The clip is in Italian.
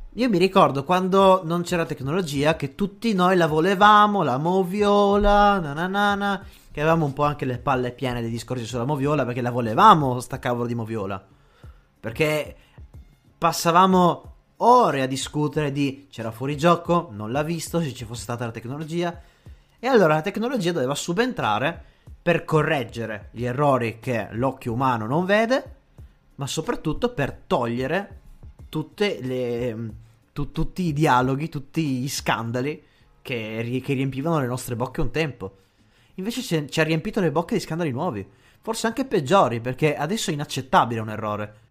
Io mi ricordo quando non c'era tecnologia che tutti noi la volevamo, la moviola, nananana, che avevamo un po' anche le palle piene dei discorsi sulla moviola perché la volevamo sta cavolo di moviola. Perché passavamo ore a discutere di c'era fuori gioco, non l'ha visto, se ci fosse stata la tecnologia. E allora la tecnologia doveva subentrare per correggere gli errori che l'occhio umano non vede, ma soprattutto per togliere tutte le, tutti i dialoghi, tutti gli scandali che riempivano le nostre bocche un tempo. Invece ci ha riempito le bocche di scandali nuovi, forse anche peggiori, perché adesso è inaccettabile un errore.